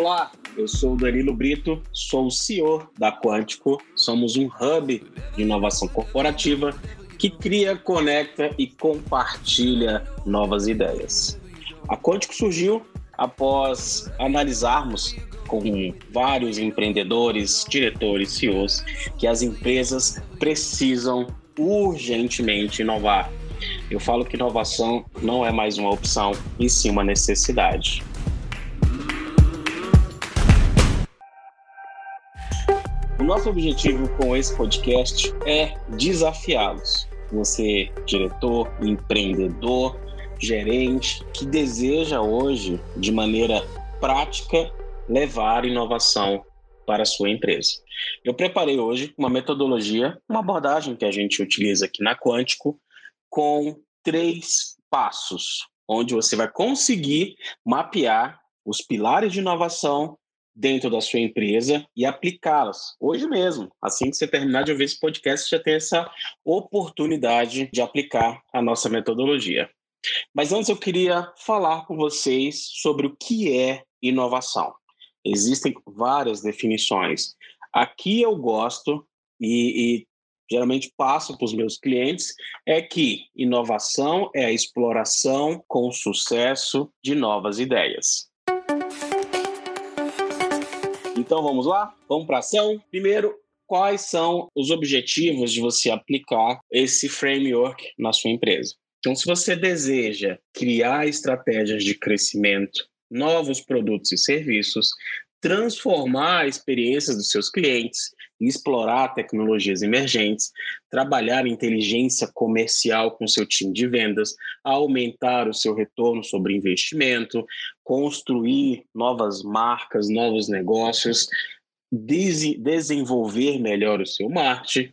Olá, eu sou o Danilo Brito, sou o CEO da Quântico. Somos um hub de inovação corporativa que cria, conecta e compartilha novas ideias. A Quântico surgiu após analisarmos com vários empreendedores, diretores, CEOs, que as empresas precisam urgentemente inovar. Eu falo que inovação não é mais uma opção, e sim uma necessidade. O nosso objetivo com esse podcast é desafiá-los. Você, diretor, empreendedor, gerente, que deseja hoje, de maneira prática, levar inovação para a sua empresa. Eu preparei hoje uma metodologia, uma abordagem que a gente utiliza aqui na Quântico, com 3 passos, onde você vai conseguir mapear os pilares de inovação dentro da sua empresa e aplicá-las hoje mesmo. Assim que você terminar de ouvir esse podcast, você já tem essa oportunidade de aplicar a nossa metodologia. Mas antes eu queria falar com vocês sobre o que é inovação. Existem várias definições. Aqui eu gosto e geralmente passo para os meus clientes, é que inovação é a exploração com sucesso de novas ideias. Então vamos lá? Vamos para a ação? Primeiro, quais são os objetivos de você aplicar esse framework na sua empresa? Então, se você deseja criar estratégias de crescimento, novos produtos e serviços, transformar a experiência dos seus clientes, explorar tecnologias emergentes, trabalhar inteligência comercial com seu time de vendas, aumentar o seu retorno sobre investimento, construir novas marcas, novos negócios, desenvolver melhor o seu marketing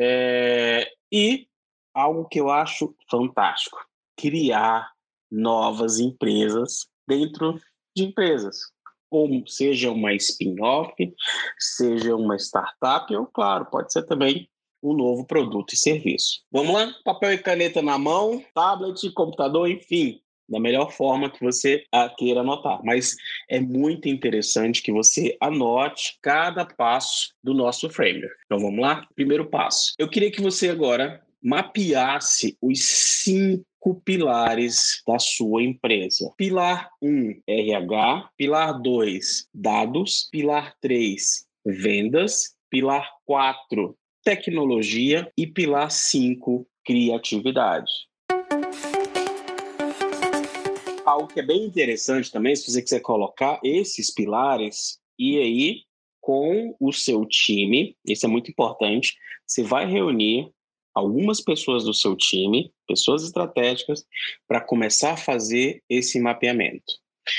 e algo que eu acho fantástico, criar novas empresas dentro de empresas. Ou seja uma spin-off, seja uma startup, ou claro, pode ser também um novo produto e serviço. Vamos lá? Papel e caneta na mão, tablet, computador, enfim, da melhor forma que você queira anotar. Mas é muito interessante que você anote cada passo do nosso framework. Então vamos lá? Primeiro passo. Eu queria que você agora mapeasse os 5 pilares da sua empresa. Pilar 1, RH. Pilar 2, dados. Pilar 3, vendas. Pilar 4, tecnologia. E pilar 5, criatividade. Algo que é bem interessante também, se você quiser colocar esses pilares, e aí com o seu time, isso é muito importante, você vai reunir algumas pessoas do seu time, pessoas estratégicas, para começar a fazer esse mapeamento.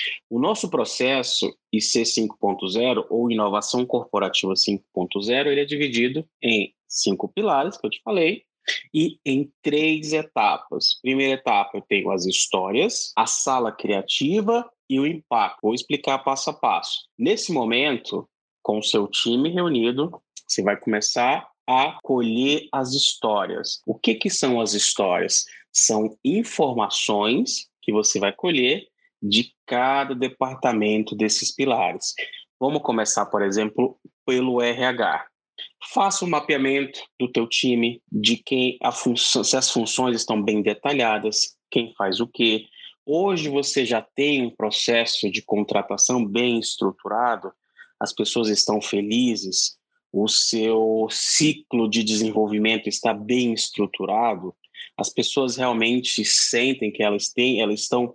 O nosso processo IC 5.0, ou Inovação Corporativa 5.0, ele é dividido em 5 pilares, que eu te falei, e em 3 etapas. Primeira etapa, eu tenho as histórias, a sala criativa e o impacto. Vou explicar passo a passo. Nesse momento, com o seu time reunido, você vai começar a colher as histórias. O que são as histórias? São informações que você vai colher de cada departamento desses pilares. Vamos começar, por exemplo, pelo RH. Faça um mapeamento do teu time, de se as funções estão bem detalhadas, quem faz o quê. Hoje você já tem um processo de contratação bem estruturado, as pessoas estão felizes, o seu ciclo de desenvolvimento está bem estruturado, as pessoas realmente sentem que elas estão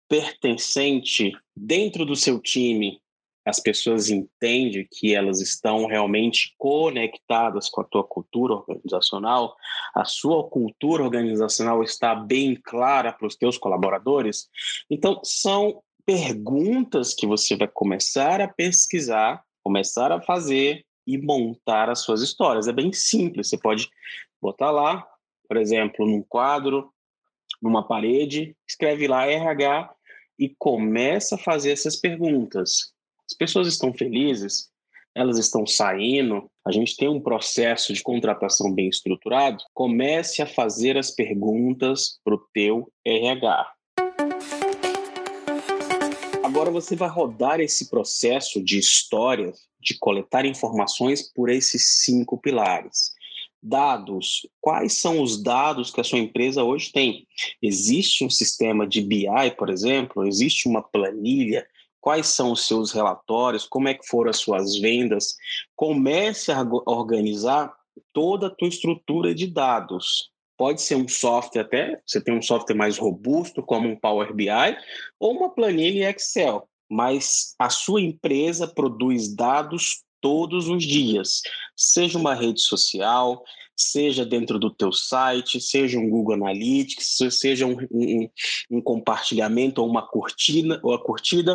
pertencentes dentro do seu time, as pessoas entendem que elas estão realmente conectadas com a tua cultura organizacional, a sua cultura organizacional está bem clara para os teus colaboradores. Então, são perguntas que você vai começar a pesquisar, começar a fazer e montar as suas histórias. É bem simples, você pode botar lá, por exemplo, num quadro, numa parede, escreve lá RH e começa a fazer essas perguntas. As pessoas estão felizes? Elas estão saindo? A gente tem um processo de contratação bem estruturado? Comece a fazer as perguntas para o teu RH. Agora você vai rodar esse processo de história, de coletar informações por esses 5 pilares. Dados. Quais são os dados que a sua empresa hoje tem? Existe um sistema de BI, por exemplo? Existe uma planilha? Quais são os seus relatórios? Como é que foram as suas vendas? Comece a organizar toda a tua estrutura de dados. Pode ser um software até, você tem um software mais robusto, como um Power BI, ou uma planilha Excel, mas a sua empresa produz dados todos os dias, seja uma rede social, seja dentro do teu site, seja um Google Analytics, seja um compartilhamento ou uma curtida,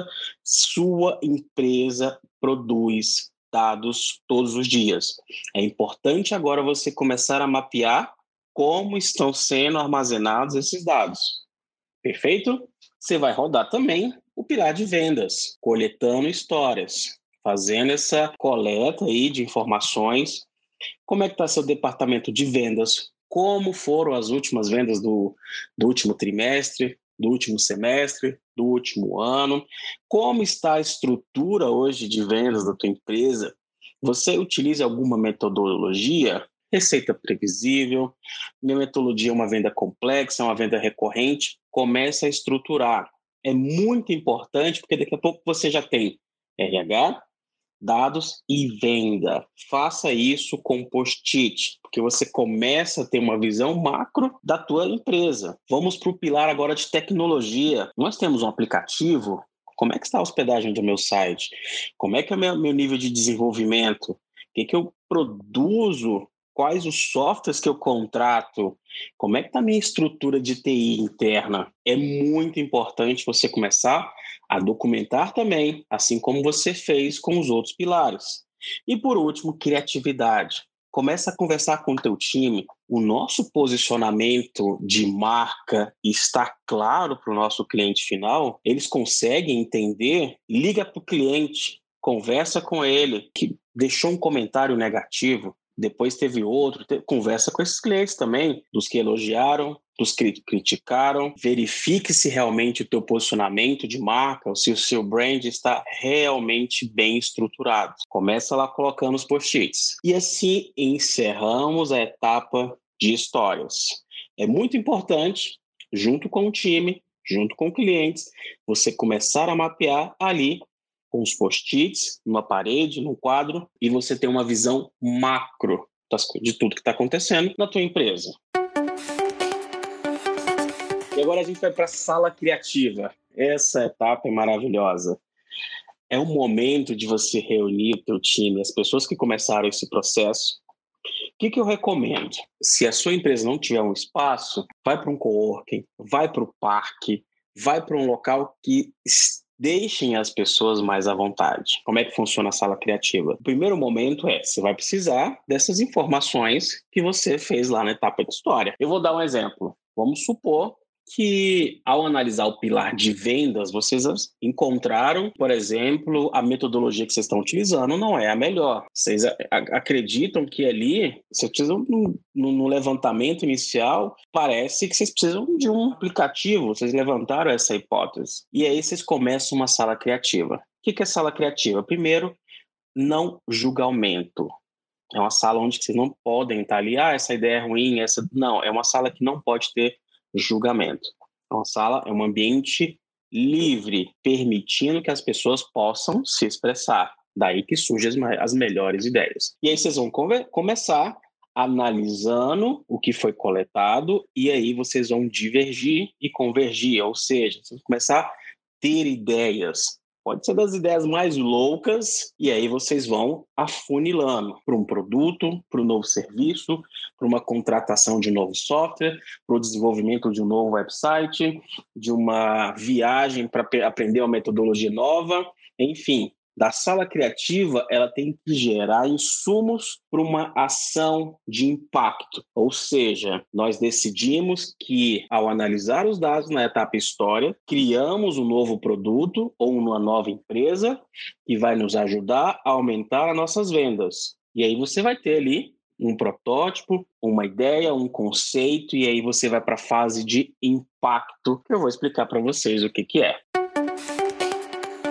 sua empresa produz dados todos os dias. É importante agora você começar a mapear como estão sendo armazenados esses dados. Perfeito? Você vai rodar também o pilar de vendas, coletando histórias, fazendo essa coleta aí de informações. Como é que está seu departamento de vendas? Como foram as últimas vendas do último trimestre, do último semestre, do último ano? Como está a estrutura hoje de vendas da tua empresa? Você utiliza alguma metodologia? Receita previsível? Minha metodologia é uma venda complexa, uma venda recorrente? Começa a estruturar. É muito importante, porque daqui a pouco você já tem RH, dados e venda. Faça isso com post-it, porque você começa a ter uma visão macro da tua empresa. Vamos para o pilar agora de tecnologia. Nós temos um aplicativo. Como é que está a hospedagem do meu site? Como é que é o meu nível de desenvolvimento? O que eu produzo? Quais os softwares que eu contrato? Como é que está a minha estrutura de TI interna? É muito importante você começar a documentar também, assim como você fez com os outros pilares. E por último, criatividade. Começa a conversar com o teu time. O nosso posicionamento de marca está claro para o nosso cliente final. Eles conseguem entender. Liga para o cliente, conversa com ele, que deixou um comentário negativo. Depois teve outro, conversa com esses clientes também, dos que elogiaram, dos que criticaram, verifique se realmente o teu posicionamento de marca, ou se o seu brand está realmente bem estruturado. Começa lá colocando os post-its. E assim encerramos a etapa de histórias. É muito importante, junto com o time, junto com clientes, você começar a mapear ali com os post-its, numa parede, num quadro, e você ter uma visão macro de tudo que está acontecendo na tua empresa. E agora a gente vai para a sala criativa. Essa etapa é maravilhosa. É o momento de você reunir o teu time, as pessoas que começaram esse processo. O que eu recomendo? Se a sua empresa não tiver um espaço, vai para um coworking, vai para o parque, vai para um local que deixem as pessoas mais à vontade. Como é que funciona a sala criativa? O primeiro momento você vai precisar dessas informações que você fez lá na etapa de história. Eu vou dar um exemplo. Vamos supor que, ao analisar o pilar de vendas, vocês encontraram, por exemplo, a metodologia que vocês estão utilizando não é a melhor. Vocês acreditam que ali, vocês precisam, no levantamento inicial, parece que vocês precisam de um aplicativo, vocês levantaram essa hipótese. E aí vocês começam uma sala criativa. O que é sala criativa? Primeiro, não julgamento. É uma sala onde vocês não podem estar ali, essa ideia é ruim, essa... Não, é uma sala que não pode ter julgamento. É uma sala, é um ambiente livre, permitindo que as pessoas possam se expressar. Daí que surgem as melhores ideias. E aí vocês vão começar analisando o que foi coletado e aí vocês vão divergir e convergir, ou seja, vocês vão começar a ter ideias. Pode ser das ideias mais loucas, e aí vocês vão afunilando para um produto, para um novo serviço, para uma contratação de um novo software, para o desenvolvimento de um novo website, de uma viagem para aprender uma metodologia nova, enfim. Da sala criativa, ela tem que gerar insumos para uma ação de impacto. Ou seja, nós decidimos que, ao analisar os dados na etapa história, criamos um novo produto ou uma nova empresa que vai nos ajudar a aumentar as nossas vendas. E aí você vai ter ali um protótipo, uma ideia, um conceito, e aí você vai para a fase de impacto, que eu vou explicar para vocês o que é.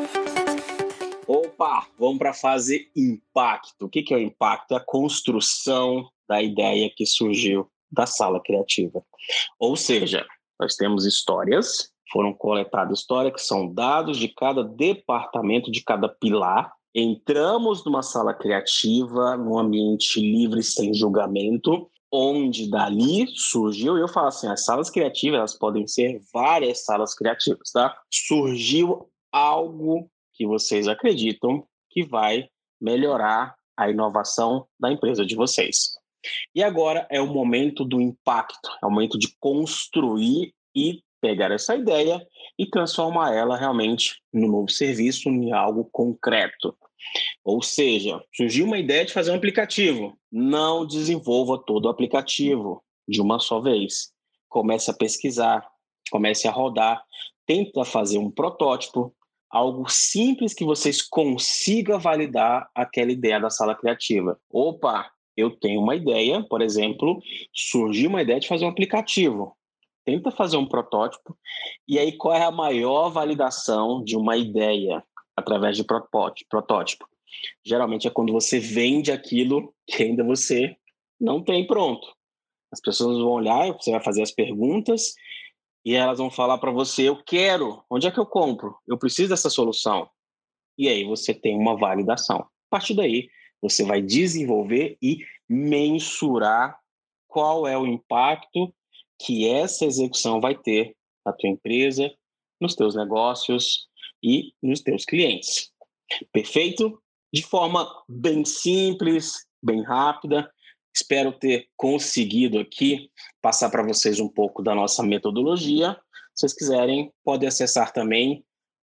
Opa, vamos para a fase impacto. O que é o impacto? É a construção da ideia que surgiu da sala criativa. Ou seja, nós temos histórias, foram coletadas histórias que são dados de cada departamento, de cada pilar. Entramos numa sala criativa, num ambiente livre, sem julgamento, onde dali surgiu, e eu falo assim, as salas criativas, elas podem ser várias salas criativas, tá? Surgiu algo que vocês acreditam que vai melhorar a inovação da empresa de vocês. E agora é o momento do impacto, é o momento de construir e pegar essa ideia e transformar ela realmente num novo serviço, em algo concreto. Ou seja, surgiu uma ideia de fazer um aplicativo. Não desenvolva todo o aplicativo de uma só vez. Comece a pesquisar, comece a rodar, tenta fazer um protótipo, algo simples que vocês consigam validar aquela ideia da sala criativa. Opa, eu tenho uma ideia, por exemplo, surgiu uma ideia de fazer um aplicativo. Tenta fazer um protótipo, e aí qual é a maior validação de uma ideia através de protótipo? Geralmente é quando você vende aquilo que ainda você não tem pronto. As pessoas vão olhar, você vai fazer as perguntas e elas vão falar para você, eu quero, onde é que eu compro? Eu preciso dessa solução. E aí você tem uma validação. A partir daí, você vai desenvolver e mensurar qual é o impacto que essa execução vai ter na tua empresa, nos teus negócios e nos teus clientes. Perfeito? De forma bem simples, bem rápida. Espero ter conseguido aqui passar para vocês um pouco da nossa metodologia. Se vocês quiserem, podem acessar também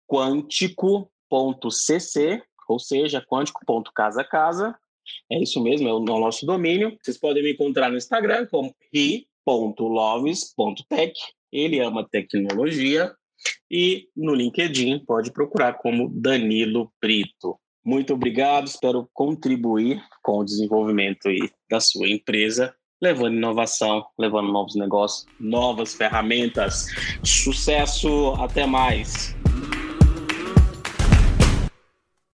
quântico.cc, ou seja, quântico.casa. É isso mesmo, é o nosso domínio. Vocês podem me encontrar no Instagram como ri.loves.tech. Ele ama tecnologia. E no LinkedIn pode procurar como Danilo Brito. Muito obrigado, espero contribuir com o desenvolvimento aí da sua empresa, levando inovação, levando novos negócios, novas ferramentas. Sucesso, até mais!